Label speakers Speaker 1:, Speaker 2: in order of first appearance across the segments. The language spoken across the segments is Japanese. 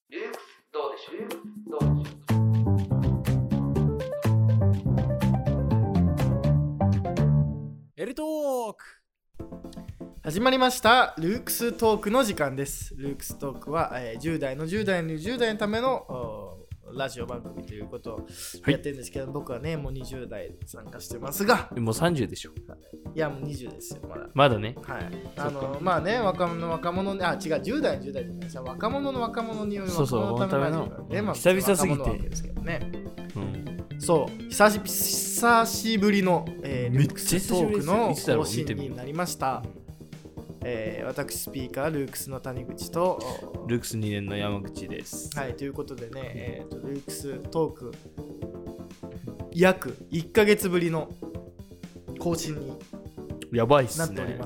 Speaker 1: ルークスどうでしょう。どうでしょう。
Speaker 2: エルトーク始まりました。ルークストークの時間です。ルークストークは、10代の10代の10代のためのラジオ番組ということをやってるんですけど、僕はねもう20代参加してますが、
Speaker 3: もう30でしょ。
Speaker 2: いやもう20ですよ、
Speaker 3: まだね。
Speaker 2: はい。まあね、若者違う、10代の10代じゃないですよ。若者の若者による若者のためのラジオなんで、まあ、
Speaker 3: 久々すぎて
Speaker 2: 若者なわけですけどね。そう久しぶりの、ルークストークの更新になりました。私スピーカールークスの谷口と
Speaker 3: ルークス2年の山口です。
Speaker 2: はい、ということでね、ルークストーク約1ヶ月ぶりの更新に
Speaker 3: やばいっすね。
Speaker 2: なっております。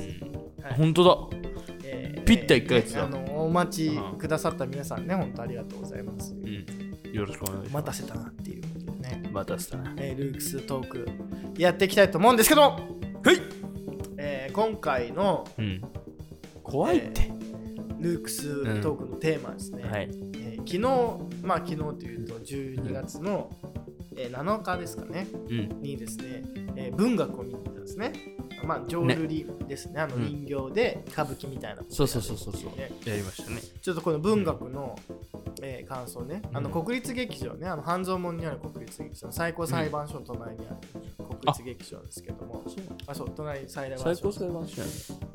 Speaker 3: はい、本当だ。ピッタ1ヶ月だ。
Speaker 2: お待ちくださった皆さんね、本当ありがとうございます。
Speaker 3: よろしくお願いします。
Speaker 2: 待たせたなっていうことでね。
Speaker 3: 待たせたな。
Speaker 2: ルークストークやっていきたいと思うんですけど、はい。今回の、
Speaker 3: 怖いって、
Speaker 2: ルークストークのテーマですね。
Speaker 3: はい。
Speaker 2: 昨日というと12月の、7日ですかね、にですね、文学を見に行ったんですね。浄瑠璃ですね。人形で歌舞伎みたいなこと
Speaker 3: そうやりましたね。
Speaker 2: ちょっとこの文学の、感想ね、国立劇場ね、半蔵門にある国立劇場、最高裁判所の隣にある国立劇場ですけども、そう隣最高裁判所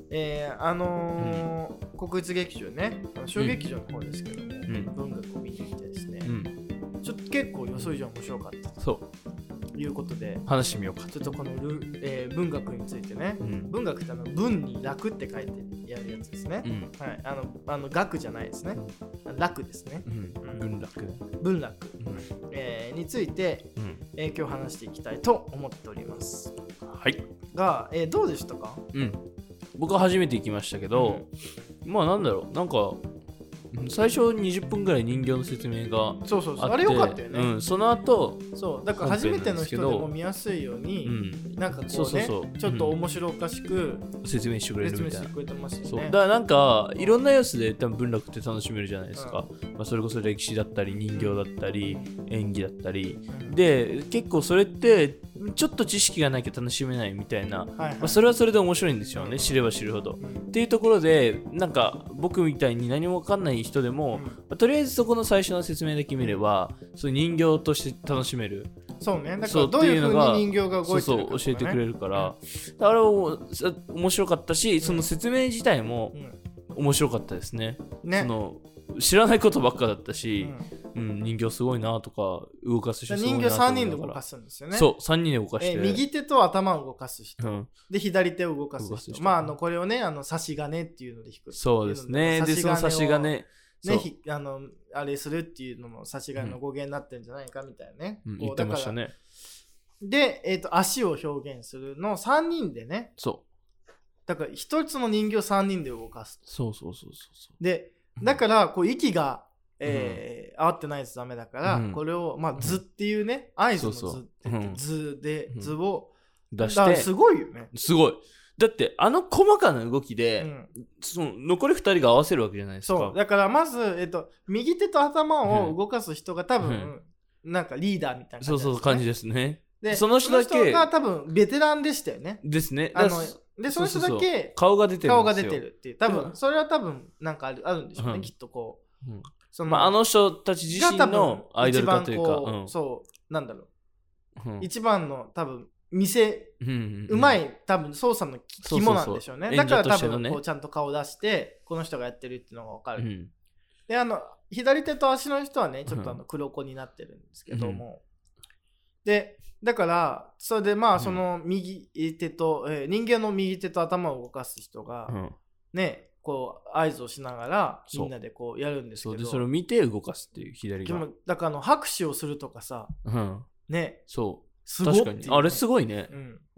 Speaker 2: 国立劇場ね、小劇場の方ですけども、文学を見に行ってですね、ちょっと結構予想以上面白かったということで
Speaker 3: 話してみようか。
Speaker 2: ちょっとこの文学についてね、文学って文に楽って書いてやるやつですね。はい、学じゃないですね。楽ですね。文楽、について、今日話していきたいと思っております。
Speaker 3: はい。
Speaker 2: が、どうでしたか？
Speaker 3: 僕は初めて行きましたけど、なんだろう、なんか最初20分ぐらい人形の説明があって、
Speaker 2: あれよかったよね。
Speaker 3: その後
Speaker 2: だから初めての人でも見やすいように、なんかこうね、ちょっと面白おかしく
Speaker 3: 説明してくれるみたいな。
Speaker 2: だ
Speaker 3: からなんかいろんな要素で多分文楽って楽しめるじゃないですか。それこそ歴史だったり人形だったり演技だったり、で結構それってちょっと知識がなきゃ楽しめないみたいな、それはそれで面白いんですよね、知れば知るほど。っていうところで、なんか僕みたいに何も分かんない人でも、とりあえずそこの最初の説明だけ見れば、そういう人形として楽しめる。
Speaker 2: そうね、だからどういう風に人形が動いてるかとか、ね、
Speaker 3: 教えてくれるから、あれは面白かったし、その説明自体も面白かったですね。その知らないことばっかだったし、人形すごいなとか動かす人すごいなとか。
Speaker 2: 人形3人で動かすんですよね。
Speaker 3: そう、3人で動かして、
Speaker 2: 右手と頭を動かす人、で左手を動かす人。これをね、差し金っていうので弾く。
Speaker 3: そうですね。でその差し金ね、
Speaker 2: あれするっていうのも差し金の語源になってるんじゃないかみたいなね。
Speaker 3: 言ってましたね。
Speaker 2: で、足を表現するのを3人でね。だから一つの人形3人で動かす。で、だからこう息が合ってないとダメだから、これを図っていうね、合図の図って言って図で図を
Speaker 3: 出して、
Speaker 2: すごいよね。
Speaker 3: すごい。だって細かな動きで、その残り2人が合わせるわけじゃないですか。
Speaker 2: そうだからまず、右手と頭を動かす人が多分、なんかリーダーみたいな
Speaker 3: 感じですね。
Speaker 2: でその人が多分ベテランでしたよね。
Speaker 3: ですね。
Speaker 2: でその人だけ
Speaker 3: 顔が出てる
Speaker 2: っていう、多分それは多分なんかあるんでしょうね、きっとこう。
Speaker 3: あの人たち自身のアイドル化というか、
Speaker 2: なんだろう、一番の多分うまい多分操作の肝なんでしょうね。だから多分こうちゃんと顔出してこの人がやってるっていうのが分かる。で左手と足の人はねちょっと黒子になってるんですけども、でだからそれでその右手と、人間の右手と頭を動かす人が、ねこう合図をしながらみんなでこうやるんですけど、
Speaker 3: でそれを見て動かすっていう左が。
Speaker 2: でもだから拍手をするとかさ、ね、
Speaker 3: そう確かにあれすごいね。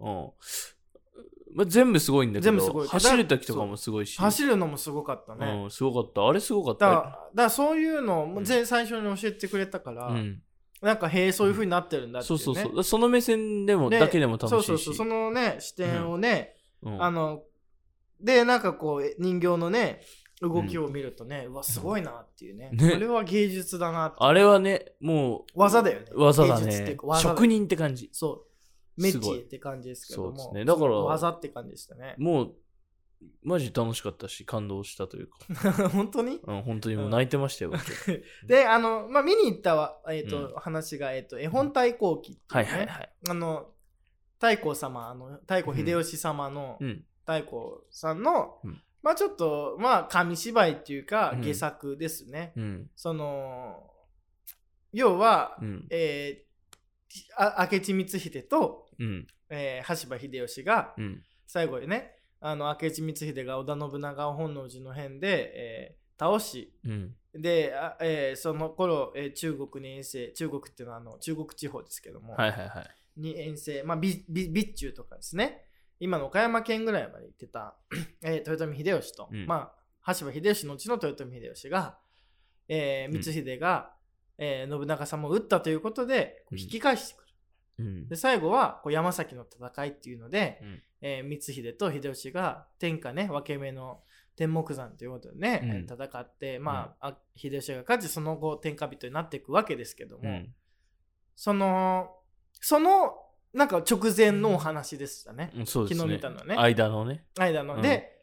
Speaker 3: 全部すごいんだけど、走る時とかもすごいし、
Speaker 2: 走るのもすごかったね。
Speaker 3: すごかった。あれすごかった。
Speaker 2: だからそういうのを最初に教えてくれたから、なんかそういう風になってるんだっていうね。
Speaker 3: その目線でもだけでも楽しいし、
Speaker 2: そのね視点をね、でなんかこう人形のね動きを見るとね、うわすごいなっていうね、
Speaker 3: ね、
Speaker 2: あれは芸術だなって。
Speaker 3: あれはね、もう
Speaker 2: 技だよね。
Speaker 3: 技だね。
Speaker 2: 芸術っていうか技だ
Speaker 3: 職人って感じ。
Speaker 2: そうメッチって感じですけども、
Speaker 3: そうですね、だから
Speaker 2: 技って感じでしたね。
Speaker 3: もうマジ楽しかったし感動したというか
Speaker 2: 本当に、
Speaker 3: 本当にもう泣いてましたよ、
Speaker 2: でまあ、見に行った話が、絵本太閤記っていうね、
Speaker 3: はいはいはい、
Speaker 2: 太閤様太閤秀吉様の、太閤さんの、まあちょっとまあ紙芝居っていうか戯作ですね、その要は、明智光秀と、羽柴秀吉が、最後にね明智光秀が織田信長を本能寺の変で、倒し、で、その頃、中国に遠征、中国っていうのは中国地方ですけども、に遠征、まあ、備中とかですね、今の岡山県ぐらいまで行ってた、豊臣秀吉と、まあ、羽柴秀吉のうちの豊臣秀吉が、光秀が、信長様を撃ったということで引き返してくる。で最後はこう山崎の戦いっていうので、光秀と秀吉が天下ね分け目の天目山ということでね、戦って、まあ、秀吉が勝ちその後天下人になっていくわけですけども、そのなんか直前のお話でしたね、
Speaker 3: そうですね、
Speaker 2: 昨日見たのね
Speaker 3: 間の、
Speaker 2: で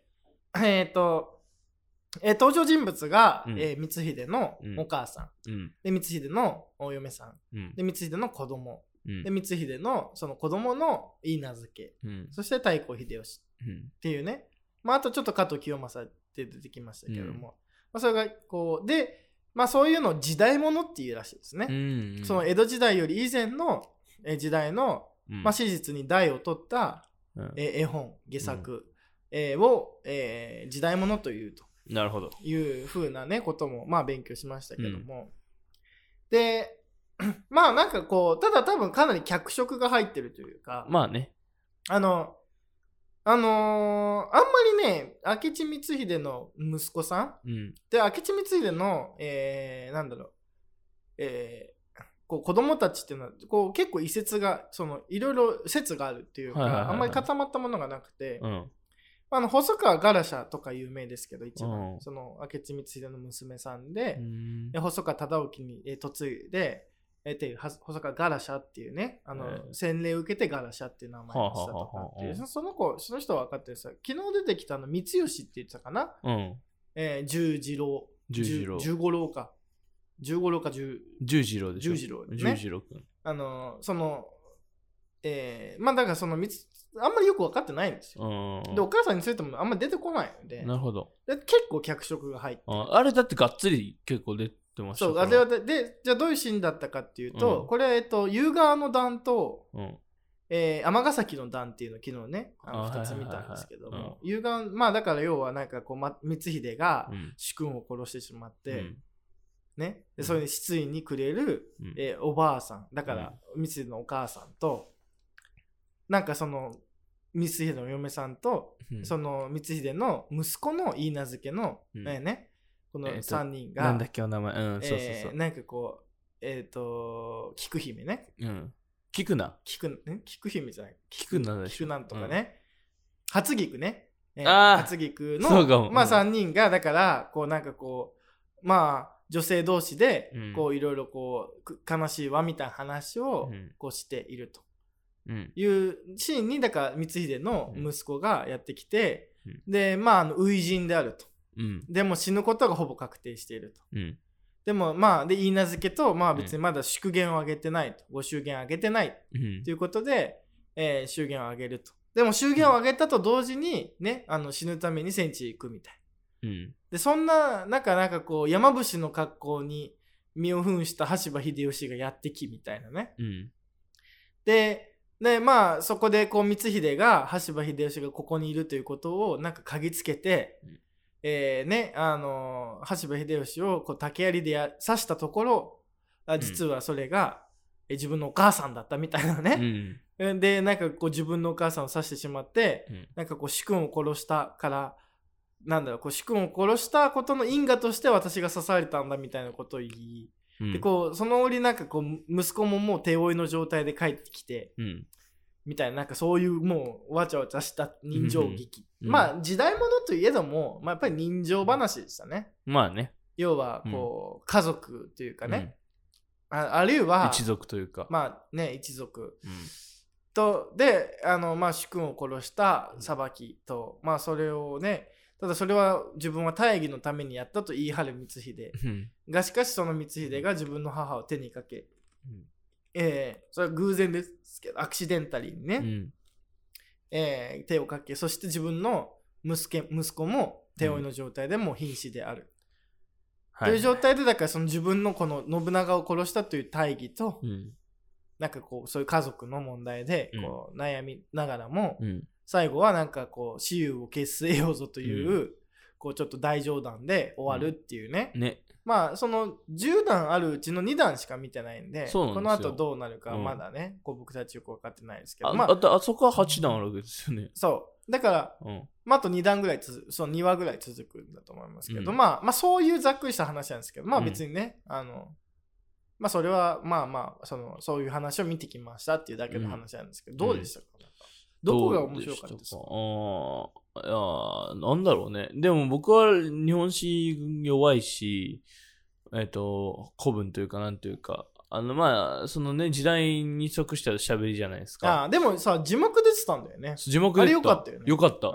Speaker 2: 登場人物が、光秀のお母さん、で光秀のお嫁さん、で光秀の子供、で光秀のその子供のいい名付け、そして太閤秀吉っていうね、まあ、あとちょっと加藤清正って出てきましたけども、まあ、それがこうで、まあ、そういうのを時代物っていうらしいですね、その江戸時代より以前の時代の、まあ、史実に代を取った、絵本戯作、を、時代物というと
Speaker 3: なるほど
Speaker 2: いうふうなねこともまあ勉強しましたけども、でまあなんかこうただ多分かなり脚色が入ってるというか、
Speaker 3: まあね
Speaker 2: あんまりね明智光秀の息子さん、で明智光秀のなんだろうこう子供たちっていうのはこう結構異説がいろいろ説があるっていうか、あんまり固まったものがなくて、細川ガラシャとか有名ですけど一番、その明智光秀の娘さんで、細川忠興に嫁いで細川ガラシャっていうね洗礼を受けてガラシャっていう名前にしたとかっていう、その人は分かってるさ、昨日出てきた光義って言ってたかな、十次郎十五郎か十五郎か十次郎でしょ、十次郎君、まあだからあんまりよく分かってないんですよ、でお母さんについてもあんまり出てこないので、
Speaker 3: なるほど、
Speaker 2: で結構脚色が入って、
Speaker 3: あれだってがっつり結構出てましたから。
Speaker 2: そうあれはでじゃあどういうシーンだったかっていうと、これは湯川の段と、尼崎の段っていうのを昨日ね2つ見たんですけども、湯川まあだから要はなんかこう光秀が主君を殺してしまって、ね、でそれに失意にくれる、おばあさんだから光秀のお母さんと、なんかその光秀の嫁さんと、その光秀の息子のいい名付けの、ねこの3人が、
Speaker 3: なんだっけお名前、
Speaker 2: なんかこう菊姫ね、
Speaker 3: 菊名
Speaker 2: 菊姫じゃない
Speaker 3: 菊名
Speaker 2: 菊なんとかね、初菊ね、初菊のまあ3人がだからこうなんかこうまあ女性同士でこういろいろこう悲しいわみたいな話をこうしているというシーンに、だから光秀の息子がやってきて、でまあ初陣であると、でも死ぬことがほぼ確定していると、でもまあで言い名付けと、まあ別にまだ祝言を挙げてないと、ご祝言を挙げてないということで、祝言を挙げると。でも祝言を挙げたと同時にね、死ぬために戦地へ行くみたい、でそんななんかこう山伏の格好に身を扮した羽柴秀吉がやってきみたいなね、でまあそこでこう光秀が羽柴秀吉がここにいるということをなんか嗅ぎつけて、羽柴秀吉をこう竹槍で刺したところ、実はそれが、自分のお母さんだったみたいなね、でなんかこう自分のお母さんを刺してしまって、なんかこう主君を殺したからなんだろう、こう主君を殺したことの因果として私が刺されたんだみたいなことを言い、でこうその折なんかこう息子ももう手負いの状態で帰ってきて、 みたいな、なんかそういうもうわちゃわちゃした人情劇、
Speaker 3: うん、
Speaker 2: まあ時代物といえども、まあ、やっぱり人情話でしたね。
Speaker 3: まあね、
Speaker 2: 要はこう、家族というかね、あるいは
Speaker 3: 一族というか、
Speaker 2: まあね、一族、とでまあ主君を殺した裁きと、まあそれをね、ただそれは自分は大義のためにやったと言い張る光秀、がしかしその光秀が自分の母を手にかけ、それは偶然ですけどアクシデンタリーにね、手をかけ、そして自分の息子も手負いの状態でもう瀕死である、という状態で、だからその自分のこの信長を殺したという大義と、なんかこうそういう家族の問題でこう悩みながらも、最後はなんかこう雌雄を決せようぞという、こうちょっと大冗談で終わるっていうね、まあその10弾あるうちの2弾しか見てないんで、この後どうなるかまだね、こう僕たちよく分かってないですけど、
Speaker 3: あそこは8弾あるわけですよね。
Speaker 2: そうだから、まあ、あと2弾ぐらいその2話ぐらい続くんだと思いますけど、まあそういうざっくりした話なんですけど、まあ別にね、まあそれはまあそういう話を見てきましたっていうだけの話なんですけど、どうでしたか？どこが面白かったですか？
Speaker 3: なんだろうね。でも僕は日本史弱いし、古文というかなんというか、まあそのね時代に即した喋りじゃないですか。
Speaker 2: でもさ字幕出てたんだよね。
Speaker 3: 字幕出てた。
Speaker 2: あれよかったよね。
Speaker 3: よかった。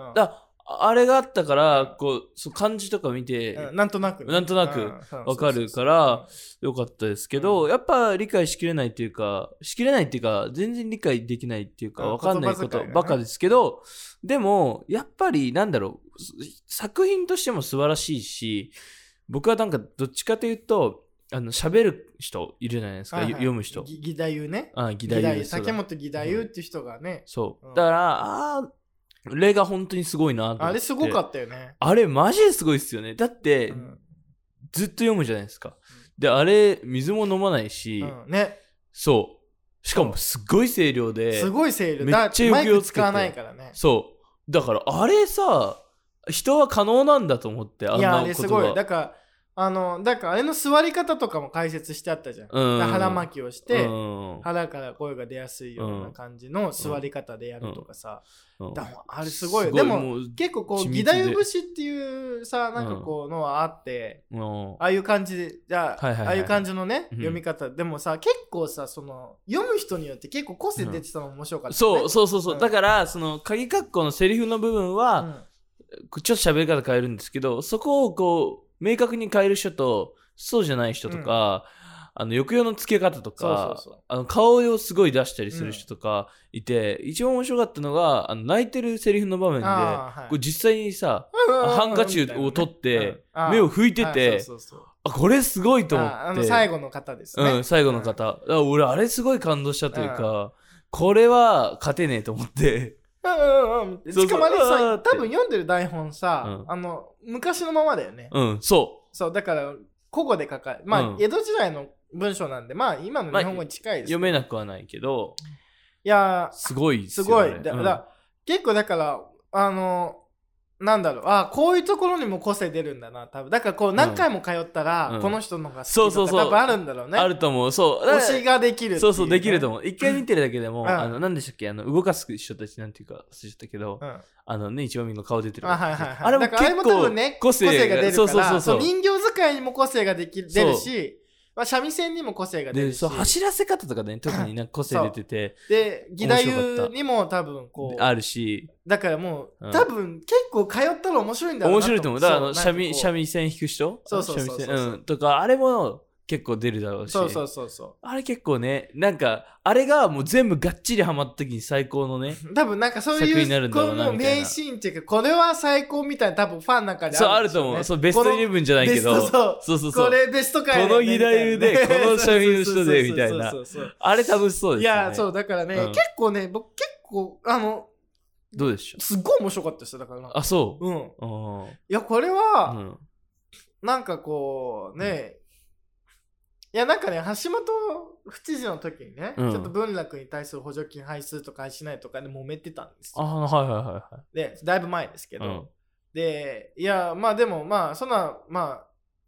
Speaker 3: あれがあったから、こう漢字とか見て、
Speaker 2: なんとなく
Speaker 3: わかるからよかったですけど、やっぱ理解しきれないっていうか全然理解できないっていうかわかんないことばかですけど、でもやっぱりなんだろう、作品としても素晴らしいし、僕はなんかどっちかというと喋る人いるじゃないですか、読む人。
Speaker 2: 義太夫ね。
Speaker 3: 義太夫。
Speaker 2: 竹本義太夫っていう人がね。
Speaker 3: そう。だから例が本当にすごいなと思って。
Speaker 2: あれすごかったよね。
Speaker 3: あれマジですごいっすよね。だって、ずっと読むじゃないですか。で、あれ、水も飲まないし、そう。しかもすっごい声量で、
Speaker 2: すごい声量。
Speaker 3: めっちゃ
Speaker 2: マイク使わないからね。
Speaker 3: そう。だから、あれさ、人は可能なんだと思って、
Speaker 2: あんなことが。いや、あれすごい。だからあれの座り方とかも解説してあったじゃん。腹巻きをして、腹から声が出やすいような感じの座り方でやるとかさ。あれすごいよ。でも結構こう義太夫節っていうさ、なんかこうのはあって、ああいう感じで、ああいう感じのね、読み方。でもさ、結構さ、その読む人によって結構個性出てたの面白かった。
Speaker 3: そう。だから、その鍵括弧のセリフの部分は、ちょっと喋り方変えるんですけど、そこをこう、明確に変える人とそうじゃない人とか、抑揚のつけ方とか、顔をすごい出したりする人とかいて、一番面白かったのが泣いてるセリフの場面で、これ実際にさ、ハンカチを取って目を拭いてて、これすごいと思って。
Speaker 2: 最後の方ですね。
Speaker 3: 最後の方。俺あれすごい感動したというか、これは勝てねえと思って。
Speaker 2: しかもあれさ、多分読んでる台本さ、昔のままだよね。
Speaker 3: そう。
Speaker 2: だから古語で書かれ、まあ江戸時代の文章なんで、まあ今の日本語に近いです。
Speaker 3: 読めなくはないけど、
Speaker 2: いや
Speaker 3: すごい
Speaker 2: すごい。結構だからなんだろう、こういうところにも個性出るんだな、多分。だからこう何回も通ったら、この人のが好きとか多分あるんだろうね。
Speaker 3: あると思う。そう。
Speaker 2: 推しができる。
Speaker 3: そう、できると思う。一回見てるだけでも、何でしたっけ、動かす人たちなんていうか、忘れちゃったけど、一応みんな顔出てる。
Speaker 2: あれも結構ね、個性が出るから、人形使いにも個性が出るし、三味線にも個性が出るし、
Speaker 3: 走らせ方とかね、特になんか個性出てて、
Speaker 2: で義太夫にも多分こう
Speaker 3: あるし、
Speaker 2: だからもう多分結構通ったら面白いんだろうな。
Speaker 3: 面白いと思う。だから三味線弾く人、
Speaker 2: そう
Speaker 3: とかあれも結構出るだろうし、
Speaker 2: そう
Speaker 3: あれ結構ね、なんかあれがもう全部がっちりハマった時に最高のね、
Speaker 2: 多分なんかそういうこの名シーンっていうか、これは最高みたいな多分ファンの中で
Speaker 3: あると思う。そう、ベストイレブンじゃないけど、そう
Speaker 2: これベスト回
Speaker 3: この義太夫でこの三味の人でみたいな、あれ楽しそうですね。
Speaker 2: いや、そうだからね、結構ね、僕結構
Speaker 3: どうでしょう。
Speaker 2: すっごい面白かったですよ。だから
Speaker 3: そう。
Speaker 2: いや、これはなんかこうね、いやなんかね、橋本府知事の時にね、ちょっと文楽に対する補助金排出とかしないとかで揉めてたんですよ。で、だいぶ前ですけど。で、いや、まあでもまあ、そんな、まあ、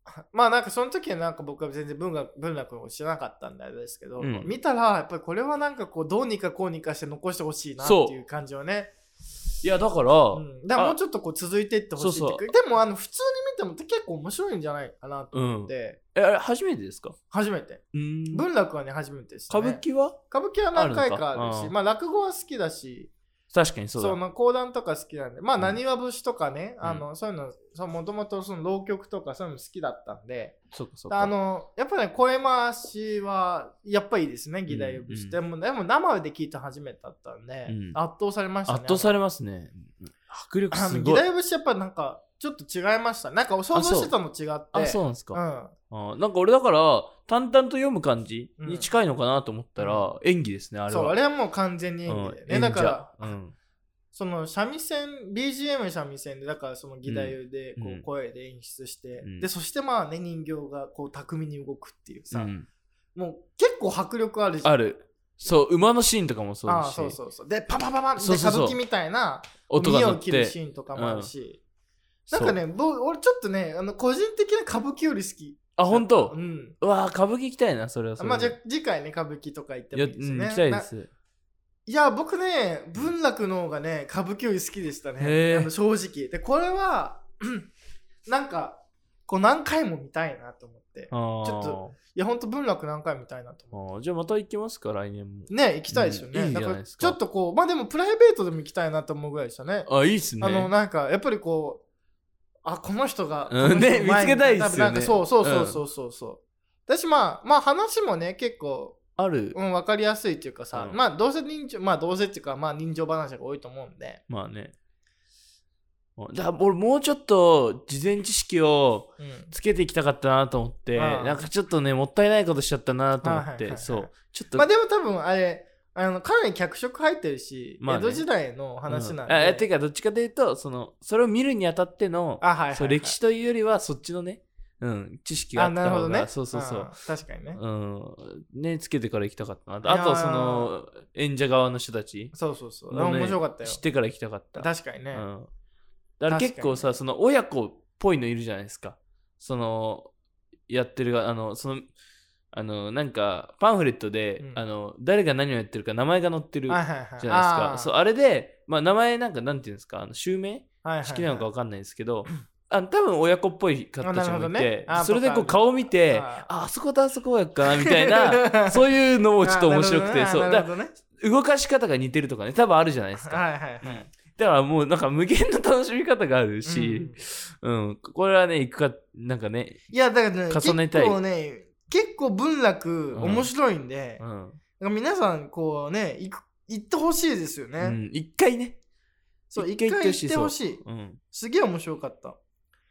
Speaker 2: まあなんかその時はなんか僕は全然文学を知らなかったんであれですけど、見たらやっぱりこれはなんかこうどうにかこうにかして残してほしいなっていう感じはね。
Speaker 3: いやだから、
Speaker 2: だからもうちょっとこう続いていってほしいって。でも普通に見ても結構面白いんじゃないかなと思って。
Speaker 3: あれ初めてですか？
Speaker 2: 初めて。文楽はね初めてですね。
Speaker 3: 歌舞伎は
Speaker 2: 何回かあるし、まあ落語は好きだし。
Speaker 3: 確かにそうだ。
Speaker 2: 講談とか好きなんで、まあ浪花節とかね、そういうのもともとその浪曲とかそういうの好きだったんで、やっぱりね声回しはやっぱりいいですね、義太夫節。でも生で聞いた初めてだったんで、圧倒されましたね。
Speaker 3: 圧倒されますね。迫力すごい。
Speaker 2: 義太夫節やっぱなんかちょっと違いました。なんか想像してたの違って。
Speaker 3: そうなんですか。なんか俺だから淡々と読む感じに近いのかなと思ったら、演技ですね、あれは。
Speaker 2: そう、あれはもう完全に演技でね。だから、その三味線 BGM 三味線でだからその義太夫でこう声で演出して、でそしてまあね人形がこう巧みに動くっていうさ、もう結構迫力あるじゃん。
Speaker 3: ある。そう、馬のシーンとかもそうだし。
Speaker 2: そうでパパパパンって歌舞伎みたいな音が鳴って耳を切るシーンとかもあるし、なんかね俺ちょっとね個人的な歌舞伎より好き。
Speaker 3: 本当？うわ歌舞伎行きたいな、それはそれ。
Speaker 2: まあじゃあ次回ね歌舞伎とか行ってもいいですね。
Speaker 3: 行きたいです。
Speaker 2: いや僕ね文楽の方がね歌舞伎より好きでしたね、正直で。これはなんかこう何回も見たいなと思って、ちょっといやほんと文楽何回も見たいなと思って。
Speaker 3: じゃあまた行きますか、来年も
Speaker 2: ね。行きたいですよね。だからちょっとこうまあでもプライベートでも行きたいなと思うぐらいでしたね。
Speaker 3: いいっすね。
Speaker 2: なんかやっぱりこうこの人が
Speaker 3: ね見つけたいっすよね。
Speaker 2: そう私まあ話もね結構
Speaker 3: ある。
Speaker 2: 分かりやすいっていうかさ、まあどうせっていうかまあ人情話が多いと思うんで。
Speaker 3: まあね。だから俺もうちょっと事前知識をつけていきたかったなと思って、なんかちょっとねもったいないことしちゃったなと思って、そうちょっと。
Speaker 2: まあでも多分あれかなり脚色入ってるし、江戸時代の話なんで。
Speaker 3: てかどっちかというとそれを見るにあたっての歴史というよりはそっちのね。知識があった方が、ね、そう
Speaker 2: 確かにね。
Speaker 3: ねつけてから行きたかったな。あとその演者側の人たち、
Speaker 2: 面白かったよ。
Speaker 3: 知ってから行きたかった。
Speaker 2: 確かにね。
Speaker 3: だから結構さその親子っぽいのいるじゃないですか。そのやってるなんかパンフレットで、誰が何をやってるか名前が載ってるじゃないですか。そうあれでまあ名前なんていうんですか襲名式なのか分かんないですけど。多分親子っぽい方たちもいて、それでこう顔を見てあそことあそこ親子かなみたいなそういうのもちょっと面白くて、そうだ動かし方が似てるとかね多分あるじゃないですか。だからもうなんか無限の楽しみ方があるし、これはね行くかなんかね、
Speaker 2: いやだからね
Speaker 3: 重ねたい。
Speaker 2: 結構文楽面白いんで、皆さんこうね行ってほしいですよね。
Speaker 3: 一回ね。
Speaker 2: そう一回行ってほしい。すげえ面白かった。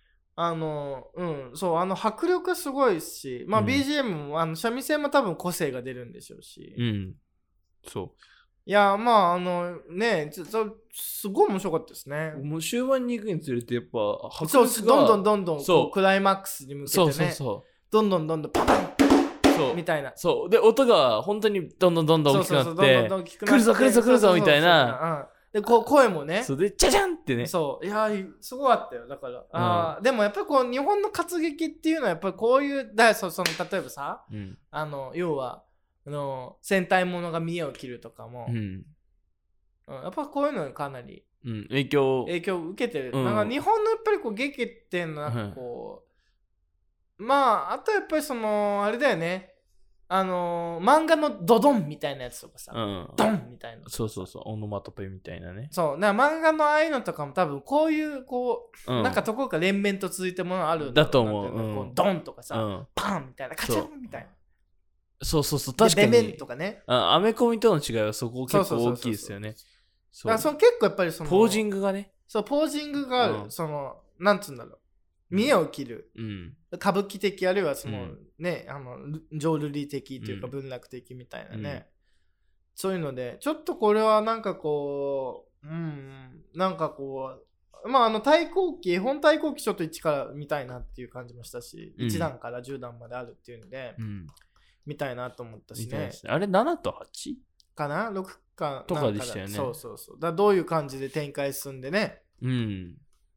Speaker 2: 迫力がすごいし、まあ BGM も三味線も多分個性が出るんでしょうし、
Speaker 3: そう
Speaker 2: いやまあねすごい面白かったですね。
Speaker 3: もう終盤に行くにつれてやっぱ
Speaker 2: 迫力がどんどんクライマックスに向けてね、どんどんパパンみたいな。
Speaker 3: そうで音が本当にどんどん大きくなって来るぞみたいな。
Speaker 2: で声もね、
Speaker 3: そうでチャチャンってね。
Speaker 2: そういやすごかったよ。だからでもやっぱりこう日本の活劇っていうのはやっぱりこういう例えばさ、要は戦隊ものが見栄を切るとかも、やっぱこういうのにかなり
Speaker 3: 影響を
Speaker 2: 受けてる。なんか日本のやっぱりこう劇っていうのはなんかこう、まああとやっぱりあれだよね。漫画のドドンみたいなやつとかさ、ドンみたいな。
Speaker 3: そうオノマトペみたいなね。
Speaker 2: そう漫画のああいうのとかも多分こういうなんかところが連綿と続いてるものあるん
Speaker 3: だと思う。
Speaker 2: ドンとかさ、パンみたいなカチャンみたいな。
Speaker 3: そう確かに。
Speaker 2: ベメンとかね。
Speaker 3: アメコミとの違いはそこ結構大きいですよね。
Speaker 2: だから結構やっぱりポ
Speaker 3: ージングがね。
Speaker 2: ポージングがある。なんつうんだろう。見栄を切る、歌舞伎的あるいはね浄瑠璃的というか文楽的みたいなね、そういうのでちょっとこれはなんかこうなんかこうまあ対抗期本対抗期ちょっと1から見たいなっていう感じもしたし、1段から10段まであるっていうので、見たいなと思ったしね。
Speaker 3: あれ7と 8?
Speaker 2: かな6か
Speaker 3: とかでしたよね。
Speaker 2: そうだどういう感じで展開進んでね、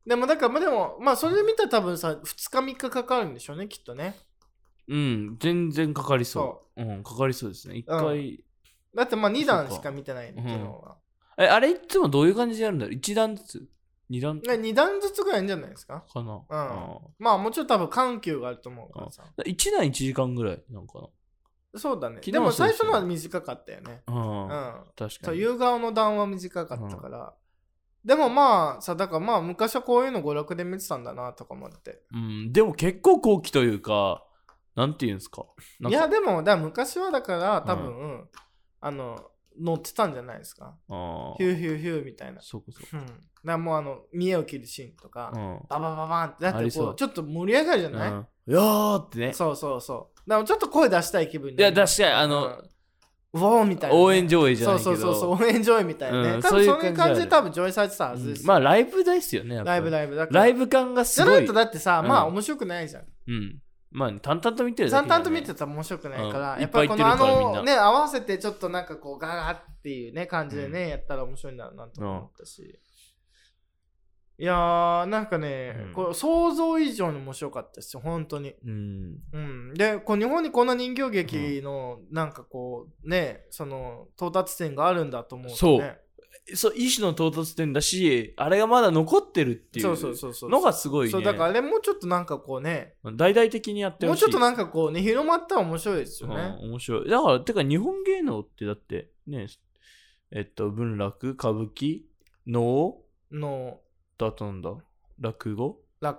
Speaker 2: でもだからでもまあそれで見たら多分さ2日3日かかるんでしょうねきっとね。
Speaker 3: 全然かかりそう。かかりそうですね。1回、
Speaker 2: だってまあ2段しか見てない昨日は。
Speaker 3: あれいつもどういう感じでやるんだろう。1段ずつ2段
Speaker 2: 2段ずつぐらいんじゃないですか。
Speaker 3: かな。
Speaker 2: まあもちろん多分緩急があると思うからさ。
Speaker 3: 1段1時間ぐらいなんかな。
Speaker 2: そうだね。でも最初のは短かったよね。
Speaker 3: 確かに。
Speaker 2: 夕顔の段は短かったから。でもまあさ、だからまあ昔はこういうの娯楽で見てたんだなとか思って。
Speaker 3: でも結構後期というか、なんていうんですか。
Speaker 2: いやでも昔はだから多分、乗ってたんじゃないですか。ヒューヒューヒューみたいな。
Speaker 3: そうか。
Speaker 2: だからもう見栄を切るシーンとか、ババババンってだってこうちょっと盛り上がるじゃない？
Speaker 3: いやーってね。
Speaker 2: そう。だからちょっと声出したい気分になる。
Speaker 3: いや出したい。
Speaker 2: ウォーみたいな、
Speaker 3: 応援上映じゃないけど。
Speaker 2: そう応援上映みたいなね。多分そういう感じで多分上映されてたはずです。
Speaker 3: まあライブですよね。
Speaker 2: ライブだから
Speaker 3: ライブ感がすごい。
Speaker 2: じゃないとだってさ、まあ面白くないじゃん。
Speaker 3: まあ淡々と見てる
Speaker 2: だけ、淡々と見てたら面白くないから、やっぱりこのね合わせてちょっとなんかこうガーッっていうね感じでね、やったら面白いんだろうなと思ったし。いやーなんかね、こう想像以上に面白かったですよ本当に。でこう日本にこんな人形劇のなんかこうねその到達点があるんだと思うとね。
Speaker 3: そう一種の到達点だし、あれがまだ残ってるっていうのがすごいね。
Speaker 2: そうだからあれもうちょっとなんかこうね
Speaker 3: 大々的にやってほしい。
Speaker 2: もうちょっとなんかこうね広まったら面白いですよね。
Speaker 3: 面白い。だからてか日本芸能ってだってね文楽歌舞伎能だとなんだ落語。だ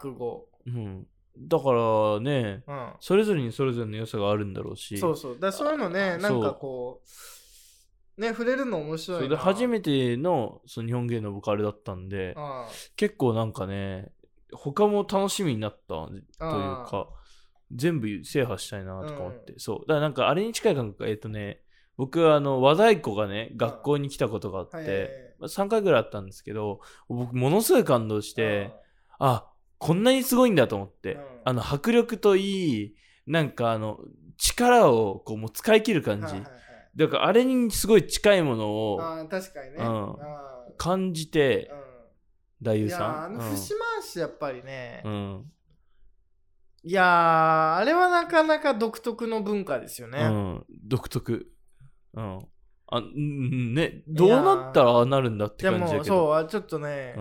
Speaker 3: からね、それぞれにそれぞれの良さがあるんだろうし。
Speaker 2: だからそういうのねなんかこうね触れるの面白いな。
Speaker 3: それで初めてのその日本芸能僕あれだったんで、結構なんかね他も楽しみになったというか全部制覇したいなとか思って、そうだからなんかあれに近い感覚僕は和太鼓がね学校に来たことがあって、3回ぐらいあったんですけど、僕ものすごい感動して、こんなにすごいんだと思って、迫力といいなんか力をこうもう使い切る感じ、だからあれにすごい近いものを
Speaker 2: 確かにね、
Speaker 3: 感じて、大優さん
Speaker 2: 節回しやっぱりね、いやーあれはなかなか独特の文化ですよね。
Speaker 3: 独特。ね、どうなったらああなるんだって感じだけど。
Speaker 2: でもそうちょっとね、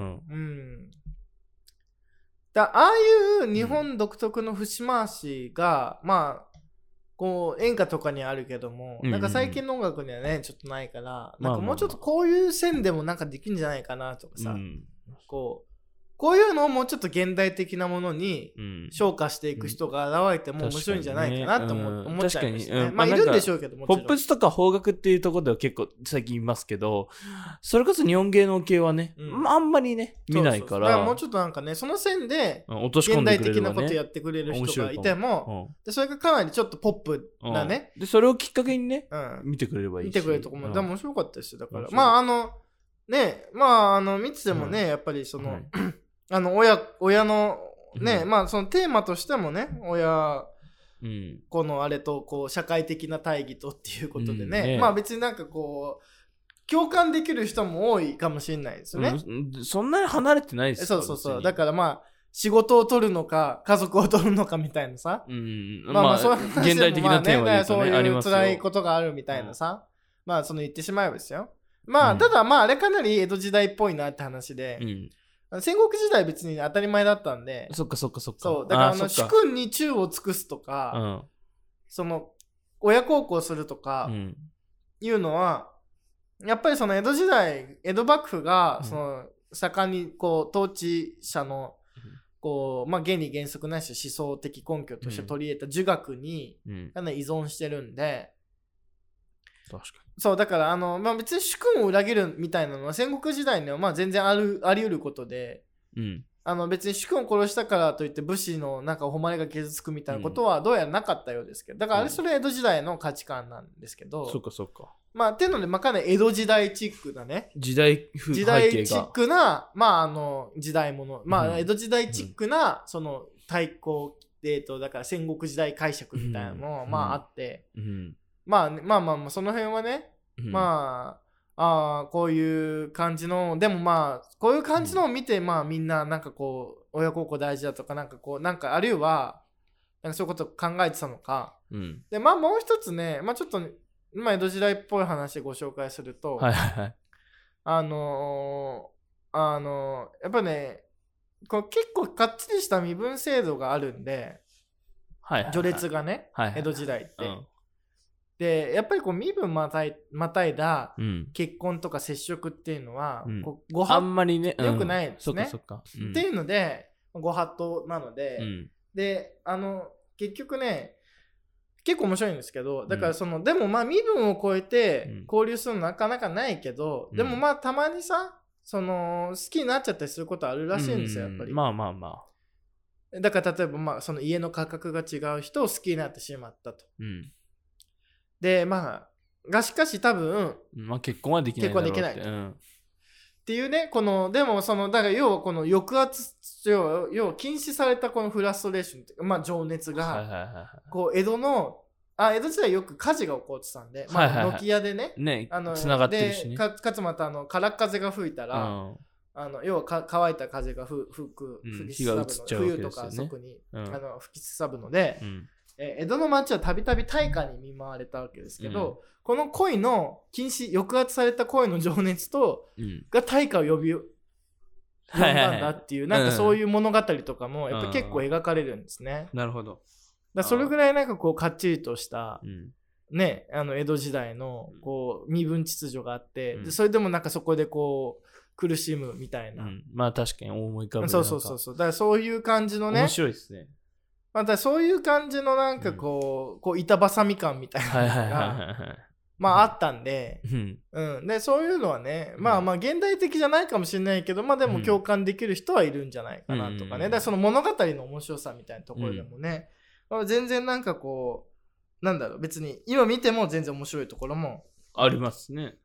Speaker 2: ああいう日本独特の節回しが、まあこう演歌とかにあるけども、なんか最近の音楽にはねちょっとないから、なんかもうちょっとこういう線でもなんかできるんじゃないかなとかさ、こういうのをもうちょっと現代的なものに昇華していく人が現れても面白いんじゃないかなと思っちゃいましたね。まあいるんでしょうけども、
Speaker 3: ポップスとか邦楽っていうところでは結構最近いますけど、それこそ日本芸能系はね、あんまりね見ないから、
Speaker 2: だからもうちょっとなんかねその線で現代的なことやってくれる人がいても、でそれがかなりちょっとポップなね、
Speaker 3: でそれをきっかけにね見てくれればいいし、
Speaker 2: 見てくれるとこも、でも面白かったですよ。だからまあ見ててもね、やっぱりその親のね、まあそのテーマとしてもね、親このあれとこう社会的な大義とっていうことでね、まあ別になんかこう共感できる人も多いかもしれないですよね。
Speaker 3: そんなに離れてないですよ。
Speaker 2: そうだからまあ仕事を取るのか家族を取るのかみたいなさ、まあそういう
Speaker 3: 現代的なテーマで言うとね、
Speaker 2: そういう辛いことがあるみたいなさ、まあその言ってしまえばですよ。まあただまああれかなり江戸時代っぽいなって話で、戦国時代別に当たり前だったんで、
Speaker 3: そっかそう
Speaker 2: だから主君に忠を尽くすとか、その親孝行するとかいうのは、やっぱりその江戸時代江戸幕府がその盛んにこう統治者のこうまあ原理原則ないし思想的根拠として取り入れた儒学にかなり依存してるんで、
Speaker 3: 確かに
Speaker 2: そうだからまあ、別に主君を裏切るみたいなのは戦国時代にはまあ全然あり得ることで、別に主君を殺したからといって武士のなんか誉れが傷つくみたいなことはどうやらなかったようですけど、だからあれそれ江戸時代の価値観なんですけど、
Speaker 3: そうか
Speaker 2: まあっていうので、まあ、かなり江戸時代チックなね
Speaker 3: 時代チ
Speaker 2: ックなまあ時代もの、まあ江戸時代チックなその対抗だから戦国時代解釈みたいなのもまああって、まあその辺はね、まこういう感じの、でもまあこういう感じのを見て、まあみんななんかこう親孝行大事だとか、なんかこうなんかあるいはなんかそういうこと考えてたのか、でまあもう一つね、まあちょっとまあ江戸時代っぽい話でご紹介すると、
Speaker 3: はいはいはい、
Speaker 2: やっぱね、こう結構かっちりした身分制度があるんで、
Speaker 3: はいはいはい、
Speaker 2: 序列がね、
Speaker 3: はいはいはい、
Speaker 2: 江戸時代って、でやっぱりこう身分またいだ結婚とか接触っていうのは、こうご法
Speaker 3: あんまりね、
Speaker 2: 良くないですね、
Speaker 3: そっか、
Speaker 2: っていうのでご法度なので、で結局ね結構面白いんですけど、だからでもまあ身分を超えて交流するのなかなかないけど、でもまあたまにさ好きになっちゃったりすることあるらしいんですよ、やっぱり。
Speaker 3: まあまあま
Speaker 2: あ。だから例えばまあその家の価格が違う人を好きになってしまったと。でまあしかし多分、
Speaker 3: まあ結婚はできないだろうって。
Speaker 2: 結婚はできない。っていうね、でもだから要はこの抑圧、要は禁止されたこのフラストレーション、まあ情熱が、こう江戸時代よく火事が起こってたんで、まあ軒屋でね、
Speaker 3: つながってるしね。
Speaker 2: かつまた空っ風が吹いたら、要は乾いた風が吹きすさぶの、冬とか特に吹きすさぶので、江戸の町はたびたび大火に見舞われたわけですけど、この恋の抑圧された恋の情熱が大火を呼んだんだっていう、なんかそういう物語とかもやっぱ結構描かれるんですね。
Speaker 3: なるほど。
Speaker 2: だそれぐらいなんかこうかっちりとした、ね、江戸時代のこう身分秩序があって、でそれでもなんかそこでこう苦しむみたいな。
Speaker 3: まあ確かに思い浮かぶ。
Speaker 2: そうだからそういう感じのね。
Speaker 3: 面白いですね。
Speaker 2: またそういう感じのなんかこう板挟み感みたいなのがまああったんで、でそういうのはね、まあ現代的じゃないかもしれないけど、まあでも共感できる人はいるんじゃないかなとかね。だからその物語の面白さみたいなところでもね、全然なんかこうなんだろう、別に今見ても全然面白いところも
Speaker 3: ありますね。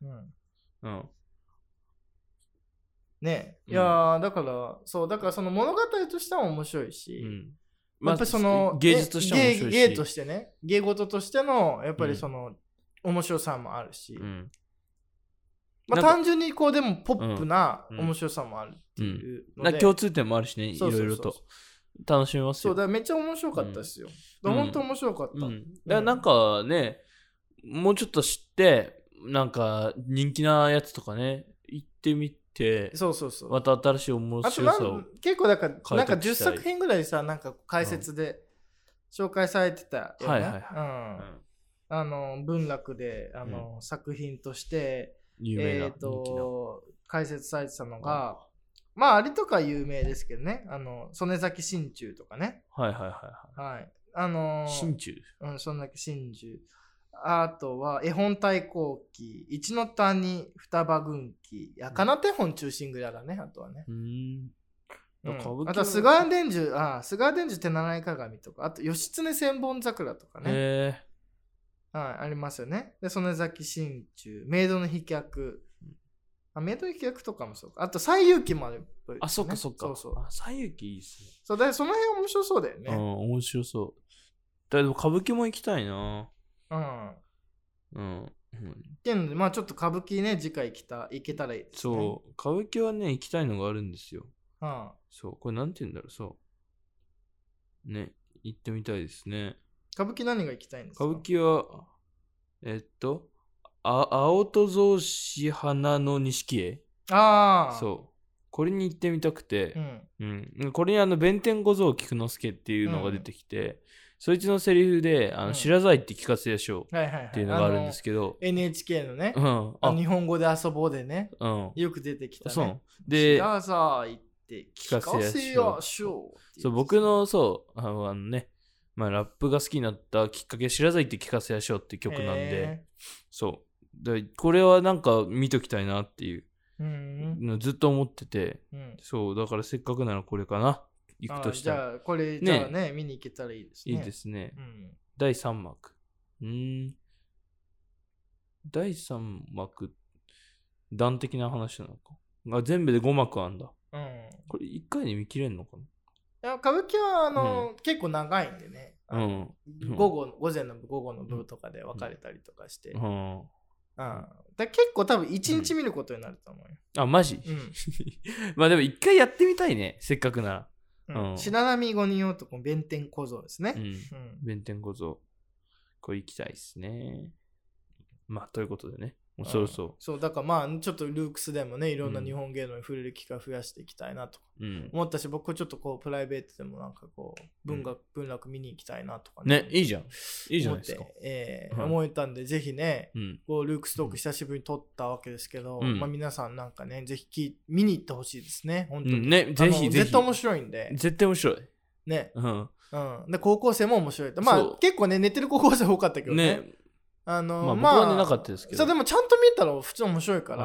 Speaker 2: ね、いやだからその物語としては面白いし。やっぱりその
Speaker 3: 芸術としても面白いし、
Speaker 2: 芸としてね、芸事としてのやっぱりその面白さもあるし、まあ単純にこうでもポップな面白さもあるっていうので、
Speaker 3: 共通点もあるしね、いろいろと楽しめますよ。
Speaker 2: そうだ、めっちゃ面白かったですよ。本当面白かった。
Speaker 3: なんかね、もうちょっと知ってなんか人気なやつとかね行ってみて、また新しい面白さを
Speaker 2: 結構だからなんか10作品ぐらいさ、なんか解説で紹介されてたよね。文楽で作品として解説されてたのが、まああれとか有名ですけどね、曽根崎心中とかね。
Speaker 3: 心中、
Speaker 2: 曽根崎心中。あとは絵本対抗期、一ノ谷双葉軍記、かな手本中心ぐらいだね、あとはね。あとは菅原伝授手習い鏡とか、あと義経千本桜とかね。ありますよね。で、曽根崎心中、冥土の飛脚。冥土の飛脚とかもそうか。あと、西遊記もある、ね。
Speaker 3: そっか。西遊記いいっすね。
Speaker 2: そう、だからその辺面白そうだよね。
Speaker 3: 面白そう。だけど歌舞伎も行きたいな。
Speaker 2: っていうので、まあちょっと歌舞伎ね、次回行けたらいいですね。
Speaker 3: そう、歌舞伎はね、行きたいのがあるんですよ。そう、これなんて言うんだろう、そうね、行ってみたいですね。
Speaker 2: 歌舞伎何が行きたいんですか？
Speaker 3: 歌舞伎は青と雑司花の錦絵。そう、これに行ってみたくて、これに弁天小僧菊之助っていうのが出てきて、そいつのセリフで知らざいって聞かせやしょうっていうのがあるんですけど、
Speaker 2: NHK のね、日本語で遊ぼうでね、よく出てきたね。
Speaker 3: で、
Speaker 2: 知らざいって聞かせやしょう。
Speaker 3: そう、僕のね、まあラップが好きになったきっかけ、知らざいって聞かせやしょうって曲なんで、そうで、これはなんか見ときたいなっていうのずっと思ってて、そうだからせっかくならこれかな。行くとしたら。
Speaker 2: じゃあこれじゃあね、見に行けたらいいですね。
Speaker 3: いいですね。第3幕。第3幕、段的な話なのか。全部で5幕あんだ。これ1回で見切れんのかな。
Speaker 2: いや、歌舞伎は結構長いんでね。午前の部、午後の部とかで分かれたりとかして。 だ結構多分1日見ることになると思うよ。
Speaker 3: あ、マジ？まあでも一回やってみたいね、せっかくな
Speaker 2: ら。白波5人男の弁天小僧ですね。
Speaker 3: 弁天小僧。これ行きたいですね。まあということでね。もうそろそろ。
Speaker 2: そう、だからまあちょっとルークスでもね、いろんな日本芸能に触れる機会を増やしていきたいなと思ったし、僕ちょっとこうプライベートでもなんかこう文楽見に行きたいなとか
Speaker 3: ね。いいじゃん。いいじゃないですか。
Speaker 2: 思えたんで、ぜひね、こうルークストーク久しぶりに撮ったわけですけど、まあ皆さんなんかね、ぜひ見に行ってほしいですね。本当に。
Speaker 3: ね、ぜひ。
Speaker 2: 絶対面白いんで。
Speaker 3: 絶対面白い。
Speaker 2: ね。で、高校生も面白い。まあ結構ね、寝てる高校生多かったけどね。
Speaker 3: まあ僕は寝なかったですけど。
Speaker 2: そう、でもちゃんと見たら普通面白いから。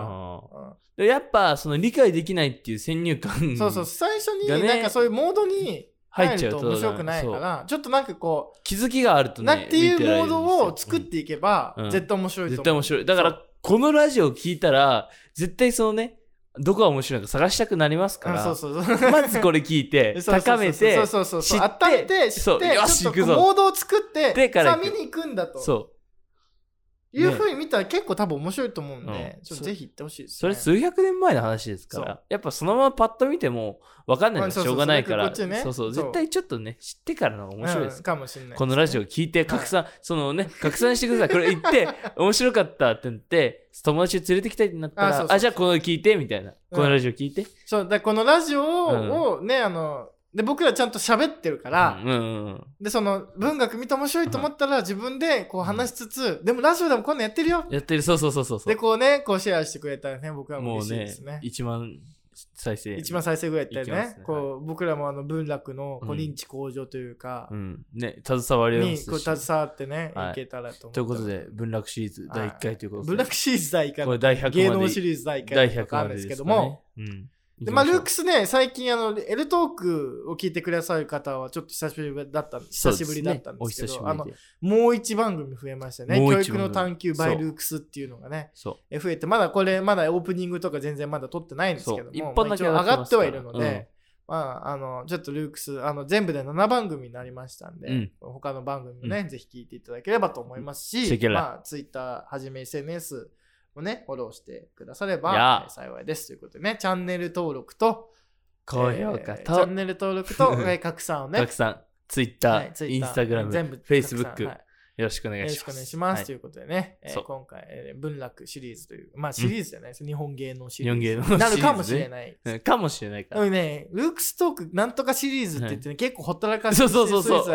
Speaker 3: やっぱその理解できないっていう先入観。
Speaker 2: そうそう、最初になんかそういうモードに入ると面白くないから、ちょっとなんかこう、
Speaker 3: 気づきがあるとね。
Speaker 2: なっていうモードを作っていけば、絶対面白いと思う。
Speaker 3: 絶対面白い。だから、このラジオを聞いたら、絶対そのね、どこが面白いのか探したくなりますから、まずこれ聞いて、高めて、
Speaker 2: 温めて、知って、ちょっとモードを作って、さあ見に行くんだと。そう。いう風に見たら結構多分面白いと思うんで、ちょっとぜひ行ってほしいですね。
Speaker 3: それ数百年前の話ですから、やっぱそのままパッと見ても分かんないのはしょうがないから、絶対ちょっとね、知ってからの方が面白いです。
Speaker 2: かもしれない。
Speaker 3: このラジオ聞いて拡散、そのね、拡散してください。これ言って、面白かったって言って、友達連れてきたいってなったら、じゃあこの聞いて、みたいな。このラジオ聞いて。
Speaker 2: そう、だこのラジオをね、で、僕らちゃんと喋ってるから、で、その文学見て面白いと思ったら自分でこう話しつつ、でもラジオでもこんなんやってるよ。
Speaker 3: やってる、そう。
Speaker 2: で、こうね、こうシェアしてくれたらね、僕はもう嬉しいですね。
Speaker 3: もうね、1万再生。
Speaker 2: 1万再生ぐらいやったよね。こう、僕らも文楽のこう認知向上というか、
Speaker 3: ね、携わりますし。
Speaker 2: に、携わってね、いけたらと思う。
Speaker 3: ということで、文楽シリーズ第1回ということで。
Speaker 2: 文楽シリーズ第1回。
Speaker 3: これ第100まで。
Speaker 2: 芸能シリーズ第1回とかあるんですけども、で、まあ、ルークスね、最近エルトークを聞いてくださる方はちょっと久しぶりだったんですけど、もう1番組増えましたね。教育の探求 by ルークスっていうのがね、増えて、まだオープニングとか全然まだ撮ってないんですけども、一応上がってはいるので、まあ、ちょっとルークス、全部で7番組になりましたんで、他の番組もね、ぜひ聞いていただければと思いますし、まあ、Twitter はじめ SNS、をね、フォローしてくだされば幸いですということでね、チャンネル登録と
Speaker 3: 高評価と、
Speaker 2: チャンネル登録と拡散をね、
Speaker 3: 拡散、Twitter、Instagram、Facebook、よろしくお願いします。
Speaker 2: よろしくお願いします。ということでね、今回、文楽シリーズという、まあシリーズじゃないです。日本芸能シリーズ。なるかもしれない。
Speaker 3: かもしれないから。
Speaker 2: ね、ルークストークなんとかシリーズって言ってね、結構ほったらかし
Speaker 3: そう、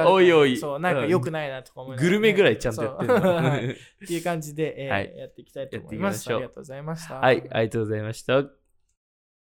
Speaker 3: おいおい。
Speaker 2: そう、なんか良くないなとか思いながら。
Speaker 3: グルメぐらいちゃんとやってる。
Speaker 2: っていう感じでやっていきたいと思います。ありがとうございました。
Speaker 3: はい、ありがとうございました。